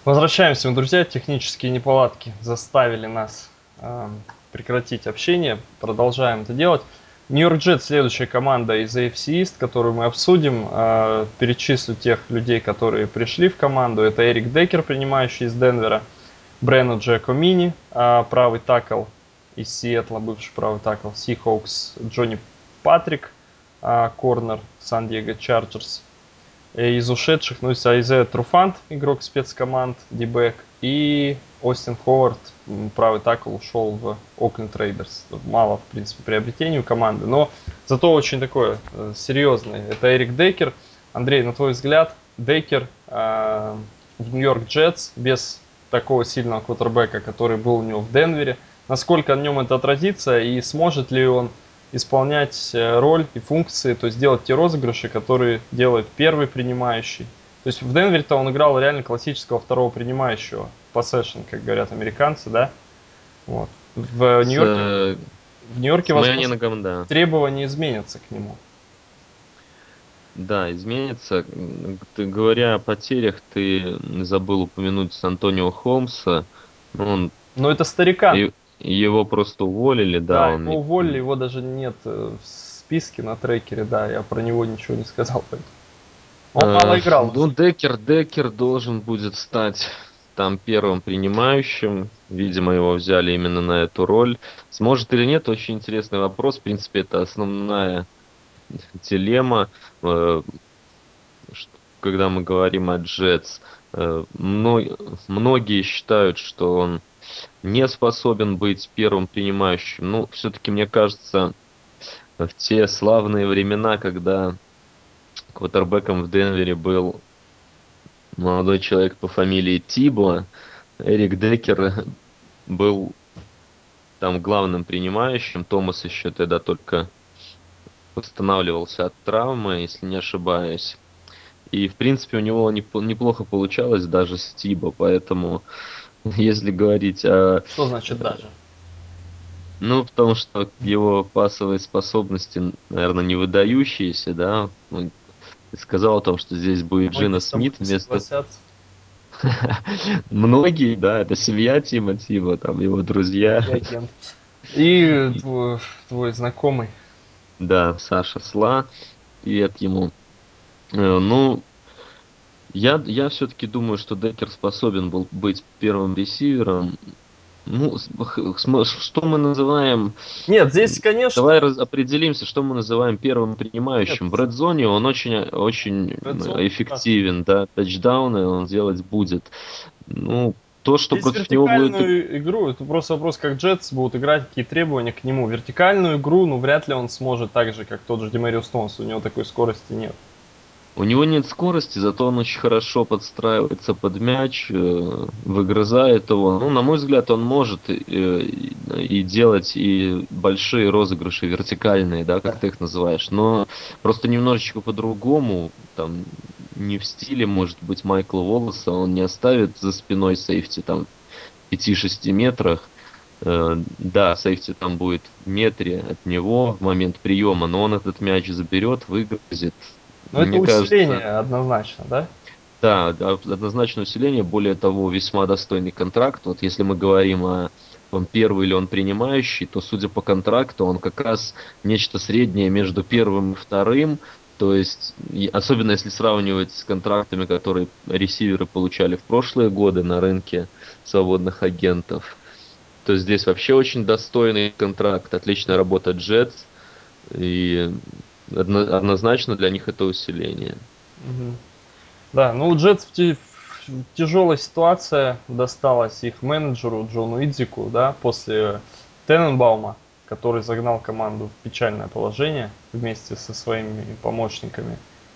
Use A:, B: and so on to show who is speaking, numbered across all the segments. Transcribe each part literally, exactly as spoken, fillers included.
A: Возвращаемся мы, друзья. Технические неполадки заставили нас э, прекратить общение. Продолжаем это делать. Нью-Йорк Джетс — следующая команда из эй эф си East, которую мы обсудим. Э, перечислю тех людей, которые пришли в команду. Это Эрик Деккер, принимающий из Денвера. Брэну Джиакомини, э, правый такл из Сиэтла, бывший правый такл. Сихоукс Джонни Патрик, э, корнер Сан-Диего Чарджерс. Из ушедших, ну, Айзея Труфант, игрок спецкоманд, дебэк, и Остин Ховард, правый такл, ушел в Окленд Рейдерс. Мало, в принципе, приобретений у команды, но зато очень такое э, серьезное. Это Эрик Деккер. Андрей, на твой взгляд, Деккер э, в Нью-Йорк Джетс без такого сильного квотербека, который был у него в Денвере, насколько на нем это отразится и сможет ли он исполнять роль и функции, то есть делать те розыгрыши, которые делает первый принимающий. То есть в Денвере-то он играл реально классического второго принимающего, possession, как говорят американцы, да? Вот. В
B: С,
A: Нью-Йорке,
B: э,
A: в Нью-Йорке,
B: с
A: возможно,
B: майонингом, да.
A: требования изменятся к нему.
B: Да, изменится. М, Ты, говоря о потерях, ты забыл упомянуть с Антонио Холмса. Ну, он,
A: Но это старикан.
B: и- его просто уволили, да,
A: Да,
B: он
A: его
B: не-
A: уволили,
B: м,
A: его даже нет э, в списке на трекере, да, я про него ничего не сказал. Поэтому. Он
B: э,
A: мало играл
B: ну,
A: уже.
B: Декер, Декер должен будет стать там первым принимающим. Видимо, его взяли именно на эту роль. Сможет или нет, очень интересный вопрос. В принципе, это основная дилемма. Э, что- когда мы говорим о Джетс, э, мно- многие считают, что он не способен быть первым принимающим. Ну, все-таки, мне кажется, в те славные времена, когда квотербеком в Денвере был молодой человек по фамилии Тибо, Эрик Декер был там главным принимающим. Томас еще тогда только восстанавливался от травмы, если не ошибаюсь. И, в принципе, у него непо- неплохо получалось даже с Тибо, поэтому, если говорить о...
A: Что значит даже?
B: Ну, потому что его пасовые способности, наверное, не выдающиеся, да. Ну, ты сказал о том, что здесь будет
A: Многие
B: Джина
A: с тобой
B: Смит
A: не
B: вместо...
A: согласятся.
B: Многие, да, это семья Тима Тима, там его друзья.
A: И агент. И
B: И-
A: твой, твой знакомый.
B: Да, Саша Сла, привет ему. Э, Ну, я, я все-таки думаю, что Деккер способен был быть первым ресивером. Ну, с- х- см- что мы называем...
A: Нет, здесь,
B: м,
A: конечно,
B: Давай раз- определимся, что мы называем первым
A: нет,
B: принимающим. В редзоне он очень, очень
A: Red
B: м,
A: Zone, да.
B: эффективен, да, тачдауны он делать будет. Ну, то, что
A: Здесь
B: против него будет...
A: вертикальную игру, это просто вопрос, как Джетс будут играть, какие требования к нему. Вертикальную игру, ну, вряд ли он сможет так же, как тот же Демариус Томас, у него такой скорости нет.
B: У него нет скорости, зато он очень хорошо подстраивается под мяч, э, выгрызает его. Ну, на мой взгляд, он может э, и, и делать и большие розыгрыши вертикальные, да, как
A: Да.
B: ты их называешь, но просто немножечко по-другому, там, не в стиле, может быть, Майкла Уоллеса, он не оставит за спиной сейфти там в пяти-шести метрах. Э, Да, сейфти там будет в метре от него в момент приема, но он этот мяч заберет, выгрузит.
A: Но это
B: Мне
A: усиление
B: кажется,
A: однозначно, да?
B: да, да, однозначно усиление, более того, весьма достойный контракт. Вот если мы говорим о он первый или он принимающий, то, судя по контракту, он как раз нечто среднее между первым и вторым. То есть, и особенно если сравнивать с контрактами, которые ресиверы получали в прошлые годы на рынке свободных агентов, то здесь вообще очень достойный контракт, отличная работа Джетс, и одно- однозначно для них это усиление.
A: Мгм. Да, ну у Джетс в, те- в тяжелая ситуация досталась их менеджеру Джону Идзику, да, после Тененбаума, который загнал команду в печальное положение вместе со своими помощниками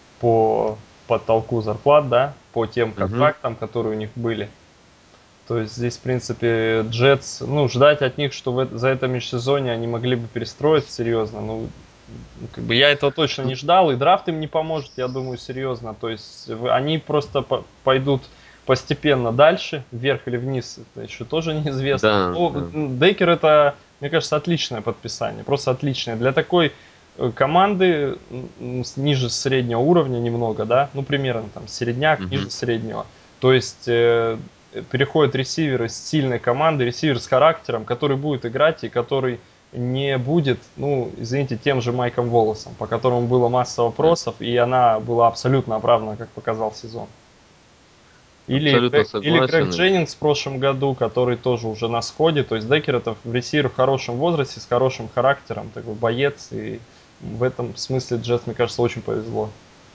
A: по потолку зарплат, да, по тем
B: Мгм.
A: контрактам, которые у них были. То есть здесь, в принципе, Джетс, ну, ждать от них, что в, это- за это межсезонье они могли бы перестроиться серьезно, ну, ну, как бы я этого точно не ждал, и драфт им не поможет, я думаю, серьезно. То есть вы- они просто по- пойдут постепенно дальше, вверх или вниз, это еще тоже неизвестно.
B: Да,
A: Ну,
B: да.
A: м, Дейкер это, мне кажется, отличное подписание, просто отличное. Для такой э, команды м, с- ниже среднего уровня немного, да, ну, примерно там середняк, ниже
B: Мгм.
A: среднего. То есть э, переходит ресивер из сильной команды, ресивер с характером, который будет играть и который не будет, ну, извините, тем же Майком Волосом, по которому было масса
B: Да,
A: вопросов, и она была абсолютно оправдана, как показал сезон. Или,
B: абсолютно
A: Грег- или Грег
B: согласен.
A: Дженнингс в прошлом году, который тоже уже на сходе. То есть Деккер это ресивер в хорошем возрасте, с хорошим характером, такой боец. И в этом смысле Джетс, мне кажется, очень повезло.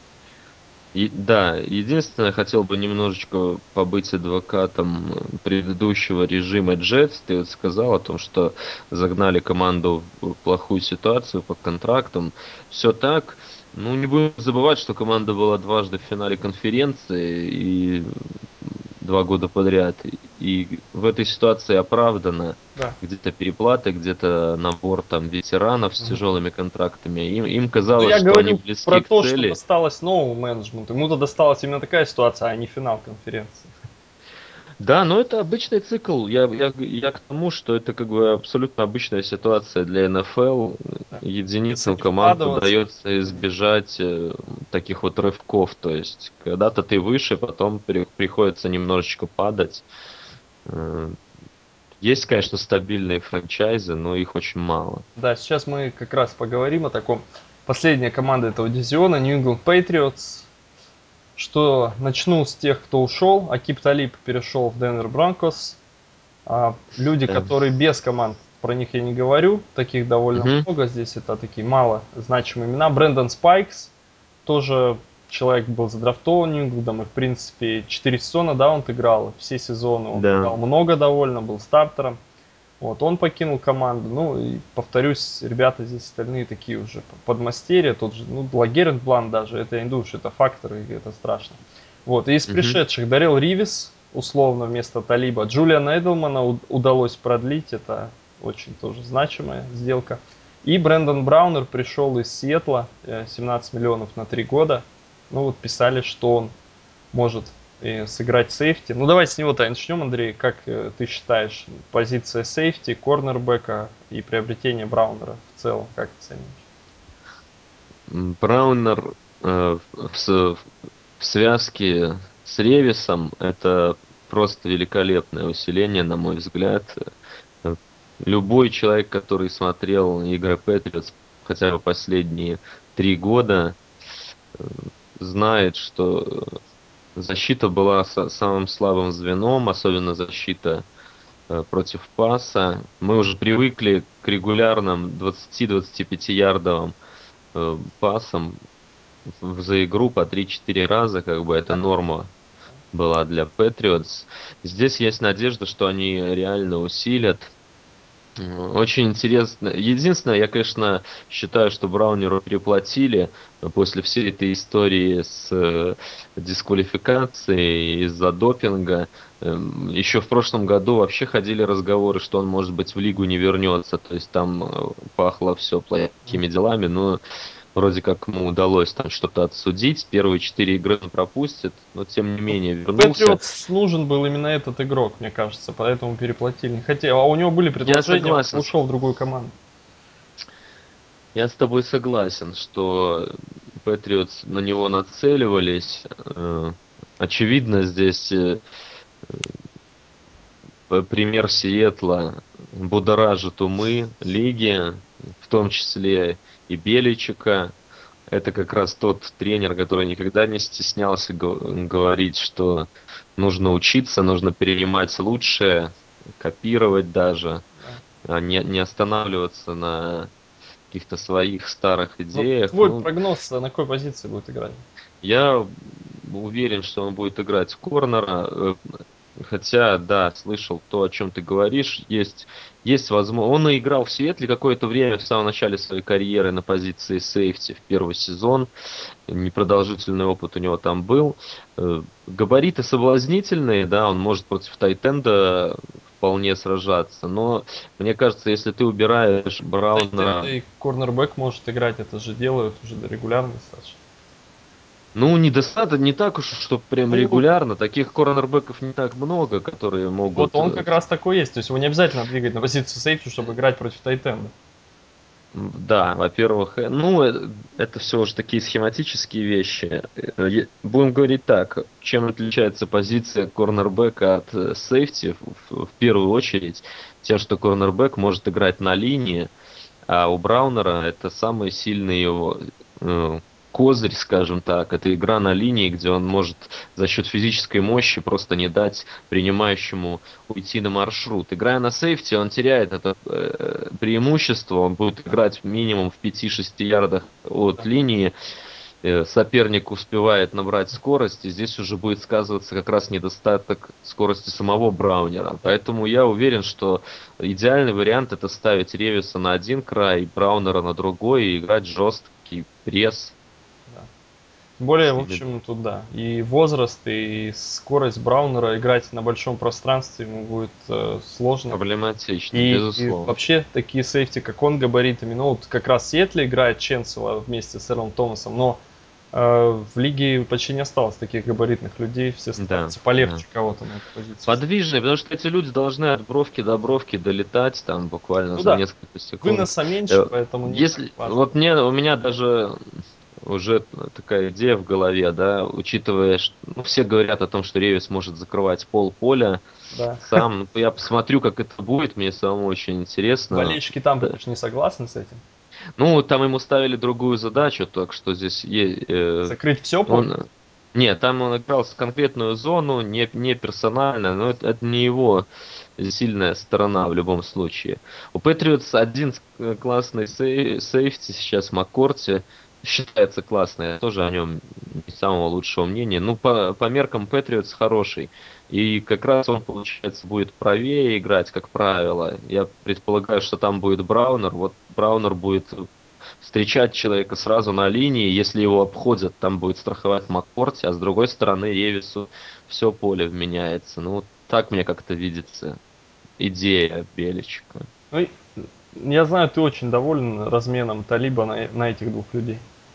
B: И, да, единственное, хотел бы немножечко побыть адвокатом э, предыдущего режима Джетс. Ты вот сказал о том, что загнали команду в плохую ситуацию по контрактам. Все так. Ну, не будем забывать, что команда была дважды в финале конференции и м, два года подряд. И и в этой ситуации оправдано
A: Да.
B: где-то переплаты, где-то набор там ветеранов с
A: Мгм.
B: тяжелыми контрактами. Им, им
A: Ну,
B: казалось,
A: я
B: что они
A: говорю про
B: близки к
A: то, что
B: цели.
A: досталось новому менеджменту. Ему-то досталась именно такая ситуация, а не финал конференции.
B: Да, но это обычный цикл. Я, я, я к тому, что это как бы абсолютно обычная ситуация для эн эф эл.
A: Да. Если
B: Единицам
A: не
B: команд
A: вкладываться.
B: удается избежать э, таких вот рывков. То есть, когда-то ты выше, потом при- приходится немножечко падать. Э, Есть, конечно, стабильные франчайзы, но их очень мало.
A: Да, сейчас мы как раз поговорим о таком. Последняя команда этого дивизиона, New England Patriots. Что начну с тех, кто ушел. Акип Талиб перешел в Денвер Бронкос. А люди,
B: Да.
A: которые без команд, про них я не говорю. Таких довольно
B: Мгм.
A: много. Здесь это такие мало значимые имена. Брэндон Спайкс. Тоже человек был задрафтован Ньюингленом. И, в принципе, четыре сезона, да, он играл. Все сезоны он
B: Да.
A: играл много довольно, был стартером. Вот, он покинул команду. Ну, и повторюсь, ребята здесь остальные такие уже подмастерья. Тот же, ну, Лагерент Блан даже, это я не думаю, что это факторы, и это страшно. Вот, и из
B: Мгм.
A: пришедших Даррел Ривис, условно, вместо Талиба. Джулиана Эдлмана у- удалось продлить, это очень тоже значимая сделка. И Брэндон Браунер пришел из Сиэтла, э, семнадцать миллионов на три года. Ну, вот писали, что он может и сыграть сейфти. Ну, давай с него-то начнем, Андрей. Как э, ты считаешь, позиция сейфти, корнербека и приобретение Браунера в целом, как ты оцениваешь?
B: М, Браунер э, в, с- в связке с Ревисом это просто великолепное усиление, на мой взгляд. Э, Любой человек, который смотрел игры Патриотс хотя бы последние три года, э, знает, что защита была са- самым слабым звеном, особенно защита э, против паса. Мы уже привыкли к регулярным двадцати-двадцати пяти ярдовым э, пасам в- за игру по три-четыре раза, как бы это норма была для Patriots. Здесь есть надежда, что они реально усилят. М, Очень интересно. Единственное, я, конечно, считаю, что Браунеру переплатили после всей этой истории с э, дисквалификацией из-за допинга. Эм, Еще в прошлом году вообще ходили разговоры, что он, может быть, в лигу не вернется. То есть там э, пахло все плохими делами. Но вроде как ему удалось там что-то отсудить. Первые четыре игры он пропустит, но тем не менее вернулся.
A: Патриотс нужен был именно этот игрок, мне кажется, поэтому переплатили. Хотя, а у него были
B: Я
A: предложения, он
B: согласен с
A: ушел в другую команду.
B: Я с тобой согласен, что Патриотс на него нацеливались. Э, Очевидно, здесь э, п- пример Сиэтла будоражит умы лиги, в том числе и Беличика. Это как раз тот тренер, который никогда не стеснялся го- говорить, что нужно учиться, нужно перенимать лучшее, копировать даже,
A: Да.
B: а не, не останавливаться на каких-то своих старых
A: Ну,
B: идеях.
A: твой
B: Ну,
A: прогноз, на какой позиции будет играть?
B: я уверен, что он будет играть корнера. э, Хотя, да, слышал то, о чем ты говоришь. Есть, есть возможность. Он и играл в Сиэтле какое-то время в самом начале своей карьеры на позиции сейфти в первый сезон. Непродолжительный опыт у него там был. Э, Габариты соблазнительные, да, он может против тайтенда вполне сражаться. Но мне кажется, если ты убираешь
A: Тайтенда
B: Браунера.
A: и корнербэк может играть, это же делают уже регулярно достаточно.
B: Ну, недостаточно, не так уж, что прям
A: Ну,
B: регулярно. Таких корнербеков не так много, которые
A: вот
B: могут...
A: он
B: э,
A: как раз такой есть. То есть его не обязательно двигать на позицию сейфти, чтобы играть против тайтенда.
B: М, Да, во-первых, э, ну, э, это все уже такие схематические вещи. Э, е- Будем говорить так, чем отличается позиция корнербека от э, сейфти, в, в- в первую очередь, тем, что корнербек может играть на линии, а у Браунера это самый сильный его э, козырь, скажем так. Это игра на линии, где он может за счет физической мощи просто не дать принимающему уйти на маршрут. Играя на сейфти, он теряет это э, преимущество. Он будет играть минимум в пяти-шести ярдах от линии. Э, Соперник успевает набрать скорость, и здесь уже будет сказываться как раз недостаток скорости самого Браунера. Поэтому я уверен, что идеальный вариант это ставить Ревиса на один край, Браунера на другой и играть жесткий пресс.
A: Да. Тем более, в
B: Именно
A: общем, тут да, и возраст, и скорость Браунера играть на большом пространстве ему будет э, сложно.
B: проблематично,
A: И, и
B: безусловно.
A: вообще такие сейфти, как он, габаритами, ну вот как раз в Сиэтле играет Ченсела вместе с Эрлом Томасом, но э, в лиге почти не осталось таких габаритных людей, все
B: Да,
A: стараются
B: да.
A: полегче кого-то на эту позицию ставить.
B: Подвижный, потому что эти люди должны от бровки до бровки долетать там буквально
A: Ну
B: за
A: да,
B: несколько секунд.
A: выноса меньше,
B: Э,
A: поэтому не так
B: Если
A: важно.
B: вот мне у меня даже уже такая идея в голове, да, учитывая, что ну, все говорят о том, что Ревис может закрывать пол поля
A: Да.
B: сам. Ну, я посмотрю, как это будет, мне самому очень интересно.
A: Болельщики там,
B: Да.
A: конечно, не согласны с этим.
B: Ну, там ему ставили другую задачу, так что здесь е- э,
A: Закрыть все поле?
B: он нет, там он играл с конкретную зону, не, не персонально, но это, это не его сильная сторона в любом случае. У Патриотс один с- э, классный сей- сейфти сейчас Маккорти, считается классный, я тоже о нем не самого лучшего мнения. Ну, по, по меркам Патриотс хороший. И как раз он, получается, будет правее играть, как правило. Я предполагаю, что там будет Браунер. Вот Браунер будет встречать человека сразу на линии. Если его обходят, там будет страховать Маккорти, а с другой стороны Ревису все поле вменяется. Ну, вот так мне как-то видится идея Беличика.
A: Ну, и я знаю, ты очень доволен разменом Талиба на, на этих двух людей.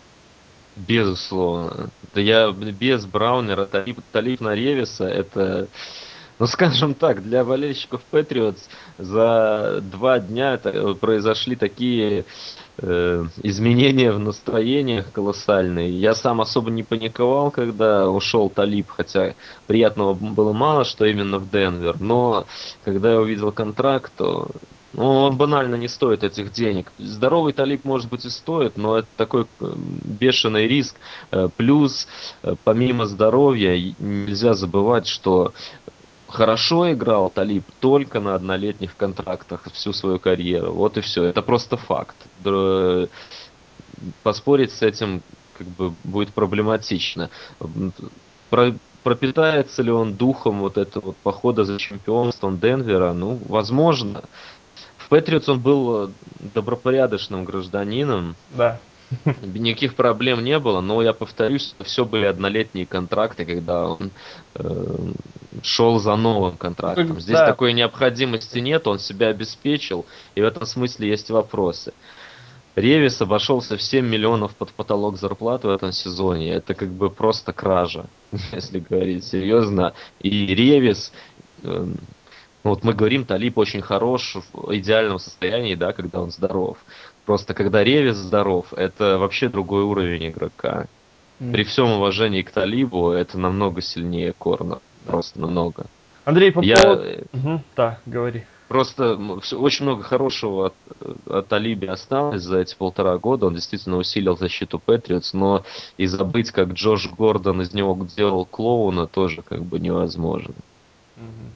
B: Безусловно. Да я без Браунера, Талиб, Талиб на Ревиса, это, ну скажем так, для болельщиков Патриотс за два дня это, э, произошли такие э, изменения в настроениях колоссальные. Я сам особо не паниковал, когда ушел Талиб, хотя приятного было мало, что именно в Денвер. Но когда я увидел контракт, то ну, он банально не стоит этих денег. Здоровый Талиб, может быть, и стоит, но это такой э, бешеный риск. Э, Плюс, э, помимо здоровья, и нельзя забывать, что хорошо играл Талиб только на однолетних контрактах всю свою карьеру. Вот и все. Это просто факт. Др- Поспорить с этим как бы будет проблематично. М, Про- пропитается ли он духом вот этого вот похода за чемпионством Денвера? Ну, возможно. В Патриотс он был э, добропорядочным гражданином,
A: Да.
B: никаких проблем не было, но я повторюсь, что все были однолетние контракты, когда он э, шел за новым
A: Ну, как,
B: контрактом. Здесь
A: да,
B: такой необходимости нет, он себя обеспечил, и в этом смысле есть вопросы. Ревис обошелся в семь миллионов под потолок зарплаты в этом сезоне. Это как бы просто кража, если говорить серьезно. И Ревис, эм, ну вот мы говорим, Талиб очень хорош в идеальном состоянии, да, когда он здоров. Просто когда Ревис здоров, это вообще другой уровень игрока.
A: м,
B: При всем уважении к Талибу, это намного сильнее Корна.
A: да.
B: Просто намного.
A: Андрей, по
B: Я
A: поводу...
B: э,
A: Мгм, да, говори.
B: просто м, всё- очень много хорошего от, э, от Талиби осталось за эти полтора года. Он действительно усилил защиту Патриотс, но и забыть, как Джош Гордон из него сделал клоуна, тоже как бы невозможно.
A: Мгм,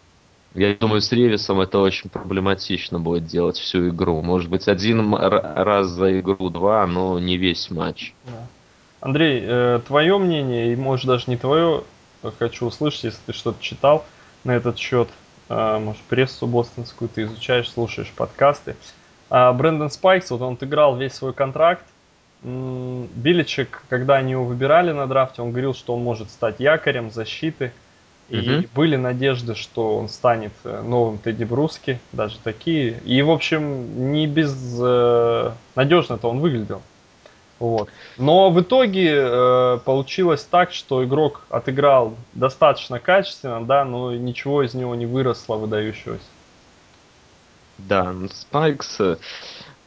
B: Я думаю, с Ревисом это очень проблематично будет делать всю игру. Может быть, один м- р- раз за игру, два, но не весь матч.
A: да. Андрей, э, твое мнение, и может даже не твое, э, хочу услышать, если ты что-то читал на этот счет, э, может, прессу бостонскую ты изучаешь, слушаешь подкасты. А Брэндон Спайкс, вот он отыграл весь свой контракт. М, Биличек, когда они его выбирали на драфте, он говорил, что он может стать якорем защиты. И
B: Мгм.
A: были надежды, что он станет э, новым Тедди Бруски, даже такие. И, в общем, не без э, надежно-то он выглядел. Вот. Но в итоге э, получилось так, что игрок отыграл достаточно качественно, да, но ничего из него не выросло выдающегося.
B: Да, ну, Спайкс.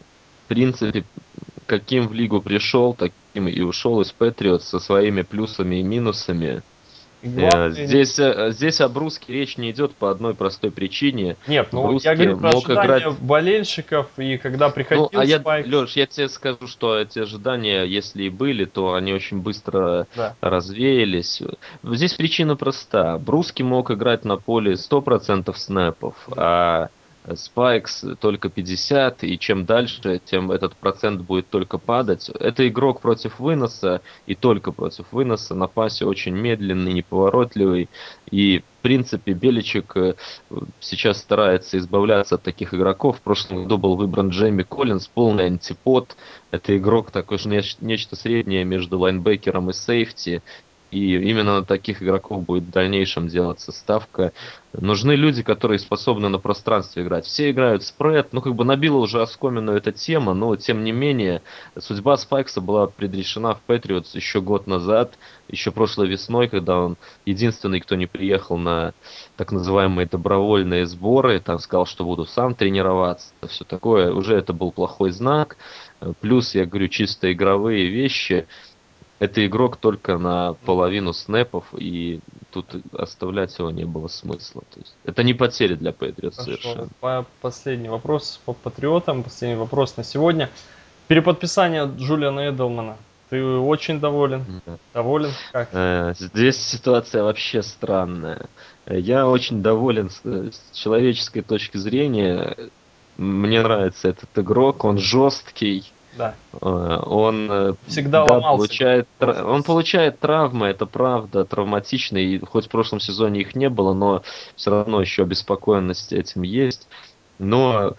B: принципе, каким в лигу пришел, таким и ушел из Патриотс со своими плюсами и минусами.
A: И
B: Э,
A: главное, не-
B: Здесь, э, здесь о Бруске речь не идет по одной простой причине.
A: нет, ну я говорю
B: Бруске
A: про
B: мог играть.
A: ожидания болельщиков, и когда
B: Ну,
A: приходил
B: а я,
A: Спайкс,
B: Леш, я тебе скажу, что эти ожидания, если и были, то они очень быстро
A: да.
B: развеялись. Здесь причина проста. Бруски мог играть на поле сто процентов снэпов,
A: Мгм.
B: а Спайкс только пятьдесят, и чем дальше, тем этот процент будет только падать. Это игрок против выноса, и только против выноса, на пасе очень медленный, неповоротливый, и в принципе, Беличек э, сейчас старается избавляться от таких игроков. В прошлом году был выбран Джейми Коллинз, полный антипод. Это игрок такой же неч- нечто среднее между лайнбекером и сейфти. И именно на таких игроков будет в дальнейшем делаться ставка. Нужны люди, которые способны на пространстве играть. Все играют спред, ну как бы набила уже оскомину эта тема, но тем не менее судьба Спайкса была предрешена в Патриотс еще год назад, еще прошлой весной, когда он единственный, кто не приехал на так называемые добровольные сборы, там сказал, что буду сам тренироваться, все такое, уже это был плохой знак. Э, Плюс, я говорю, чисто игровые вещи. Это игрок только на половину снэпов, и тут оставлять его не было смысла. То есть, это не потеря для Патриот
A: Хорошо.
B: совершенно.
A: По- Последний вопрос по патриотам, последний вопрос на сегодня. Переподписание Джулиана Эдлмана. Ты очень доволен?
B: Да.
A: Доволен? Как?
B: Э, Здесь ситуация вообще странная. Э, Я очень доволен с, э, с человеческой точки зрения. Мне нравится этот игрок, он жесткий.
A: Да.
B: Э, Он, э,
A: Всегда
B: да,
A: ломался
B: получает, тра-
A: просто.
B: он получает травмы, это правда, травматичные, и хоть в прошлом сезоне их не было, но все равно еще обеспокоенность этим есть. Но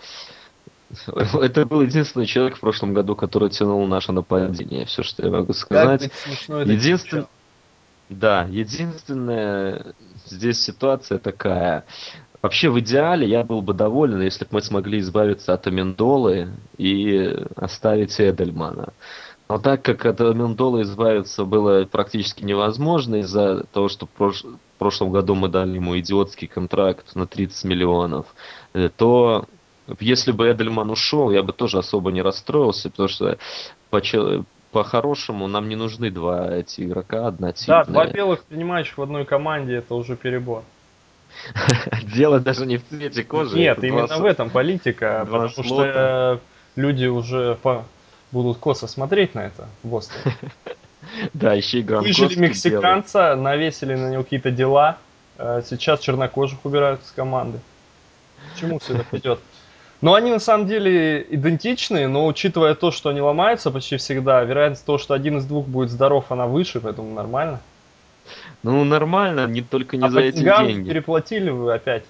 B: это был единственный человек в прошлом году, который тянул наше нападение, все, что я могу
A: Как
B: сказать.
A: бы смешно это ни
B: Единственное,
A: звучало.
B: да, единственная здесь ситуация такая. Вообще, в идеале я был бы доволен, если бы мы смогли избавиться от Амендолы и оставить Эдельмана. Но так как от Амендолы избавиться было практически невозможно из-за того, что в прош- в прошлом году мы дали ему идиотский контракт на тридцать миллионов, э, то если бы Эдельман ушел, я бы тоже особо не расстроился, потому что по че- по-хорошему нам не нужны два эти игрока
A: Да, два
B: однотипные.
A: белых принимающих в одной команде это уже перебор.
B: Дело даже не в цвете кожи,
A: Нет,
B: это два,
A: именно
B: с-
A: в этом политика,
B: два
A: потому
B: слота.
A: что люди уже по- будут косо смотреть на это в Бостоне.
B: Да, еще и
A: Выжили
B: Гранковский белый.
A: мексиканца, навесили на него какие-то дела. э, Сейчас чернокожих убирают с команды. К чему все это придет? Но они на самом деле идентичны, но учитывая то, что они ломаются почти всегда, вероятность того, что один из двух будет здоров, она выше, поэтому нормально.
B: Ну, нормально, не только не
A: А
B: за
A: по
B: эти
A: деньгам
B: деньги.
A: переплатили вы опять.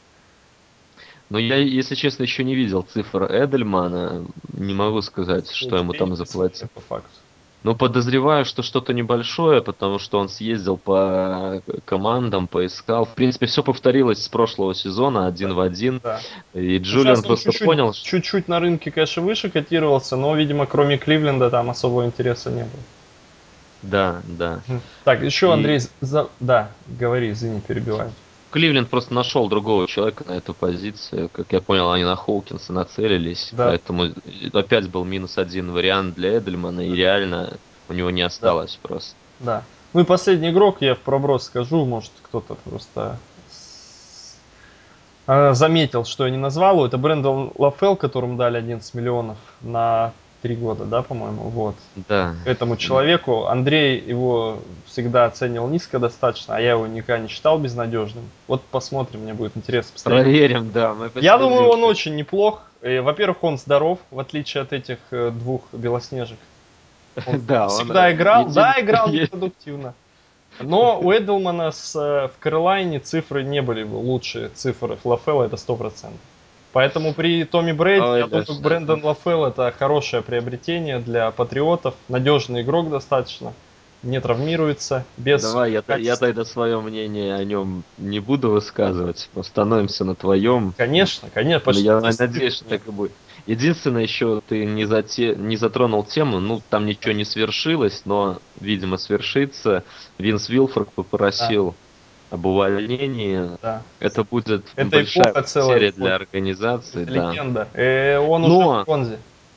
B: Но я, если честно, еще не видел цифр Эдельмана. Не могу сказать, что ему
A: Ничего не
B: там
A: присылали
B: заплатили.
A: по факту.
B: Но подозреваю, что что-то небольшое, потому что он съездил по командам, поискал. В принципе, все повторилось с прошлого сезона, один
A: Да.
B: в один.
A: Да.
B: И
A: Ну, сейчас
B: Джулиан
A: он
B: просто
A: чуть-чуть,
B: понял, ш-
A: чуть-чуть на рынке, конечно, выше котировался, но, видимо, кроме Кливленда там особого интереса не было.
B: да, да.
A: Мгм. Так, еще,
B: И
A: Андрей, за... да, говори, извини, перебиваю.
B: Кливленд просто нашел другого человека на эту позицию. Как я понял, они на Хоукинса нацелились,
A: Да,
B: поэтому опять был минус один вариант для Эдельмана, и реально у него не
A: да,
B: осталось просто.
A: да. Ну и последний игрок, я в проброс скажу, может кто-то просто с- а, заметил, что я не назвал его. Это Брэндон Лафел, которому дали одиннадцать миллионов на три года, да, по-моему, вот.
B: Да,
A: Этому человеку. Андрей его всегда оценивал низко достаточно, а я его никогда не считал безнадежным. Вот посмотрим, мне будет интересно посмотреть.
B: проверим, да, мы
A: Я думаю,
B: последим.
A: он очень неплох. И, во-первых, он здоров, в отличие от этих э, двух белоснежек. Он
B: Да, он
A: всегда
B: э,
A: играл, да, играл
B: единственный.
A: непродуктивно. Но у Эдлмана с, э, в Каролайне цифры не были лучшие цифры Лафела, это сто процентов. Поэтому при Томи Брейди,
B: Ой,
A: я думаю,
B: Леш, э,
A: Брэндон Лафел это хорошее приобретение для патриотов. Надежный игрок достаточно, не травмируется, без
B: давай я, т- я
A: качеств.
B: тогда свое мнение о нем не буду высказывать, остановимся на твоем.
A: Конечно, конечно,
B: Ну,
A: почти
B: я
A: здесь цифр
B: надеюсь, что
A: нет.
B: так и будет. Единственное, еще ты не, зате... не затронул тему, ну, там ничего не свершилось, но, видимо, свершится. Винс Вилфорд
A: Да,
B: попросил об увольнении.
A: да.
B: Это будет
A: Это
B: большая
A: эпоха целая
B: потеря для
A: уходит.
B: организации,
A: Это
B: да.
A: легенда. Э, он уже в
B: Но
A: бронзе.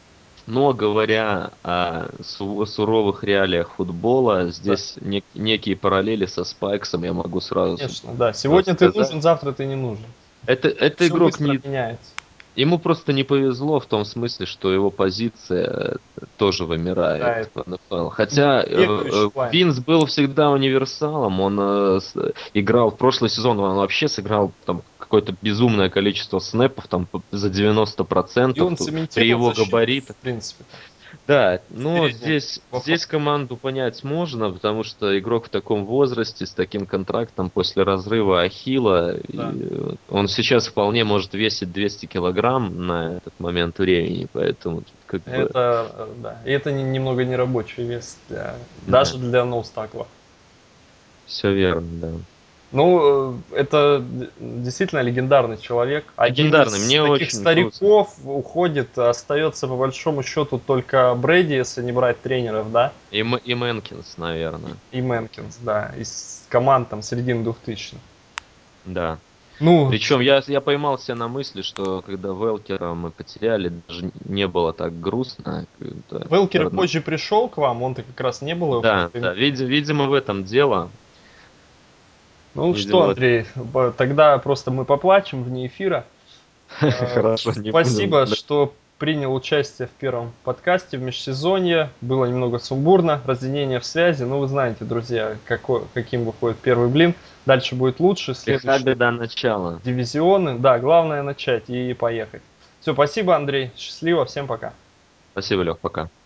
B: Но говоря о су- суровых реалиях футбола,
A: Да,
B: здесь нек- некие параллели со Спайксом я могу сразу
A: конечно, да. Сегодня ты
B: рассказать.
A: нужен, завтра ты не нужен.
B: Это, это
A: Все
B: игрок
A: быстро
B: не,
A: меняется.
B: ему просто не повезло в том смысле, что его позиция э, тоже
A: Да,
B: вымирает в
A: это
B: эн эф эл.
A: м-
B: Хотя э,
A: бегающий
B: э,
A: лайн.
B: Винс был всегда универсалом, он э, с- играл в прошлый сезон, он вообще сыграл там какое-то безумное количество снэпов, там п- за девяносто
A: И
B: процентов
A: он
B: ту- при
A: цементировал
B: его
A: защиту,
B: габаритах.
A: в принципе, там,
B: Да,
A: в
B: но
A: переднем,
B: здесь,
A: во фланге.
B: здесь команду понять можно, потому что игрок в таком возрасте, с таким контрактом после разрыва ахилла,
A: Да.
B: и э, он сейчас вполне может весить двести килограмм на этот момент времени, поэтому тут как бы,
A: Это, э, да. И это не- немного не рабочий вес для,
B: да,
A: даже для ноустакла.
B: все верно, да.
A: Ну, э, это д- действительно легендарный человек. Один
B: Легендарный,
A: из
B: мне
A: таких
B: очень грустно.
A: стариков уходит, остается по большому счету только Брэди, если не брать тренеров, да,
B: И, М- и Мэнкинс,
A: и,
B: наверное,
A: и Мэнкинс, да, из команд там середины двухтысячных.
B: да.
A: Ну,
B: Причем я, я поймался на мысли, что когда Велкера мы потеряли, даже не было так грустно. Как-то
A: Велкер
B: родно-
A: позже пришел к вам, он-то как раз не был его в
B: Да,
A: тот момент.
B: да, види- видимо, в этом дело.
A: Ну что,
B: Видимо, в этом.
A: Андрей, б- тогда просто мы поплачем вне эфира. Э,
B: Хорошо, не будем.
A: Спасибо,
B: Да.
A: что принял участие в первом подкасте в межсезонье. Было немного сумбурно, разъединение в связи. Но вы знаете, друзья, какой, каким выходит первый блин. Дальше будет лучше.
B: Лиха
A: Следующие
B: беда начала.
A: дивизионы. Да, главное начать и поехать. Все, спасибо, Андрей. Счастливо, всем пока.
B: Спасибо, Лех, пока.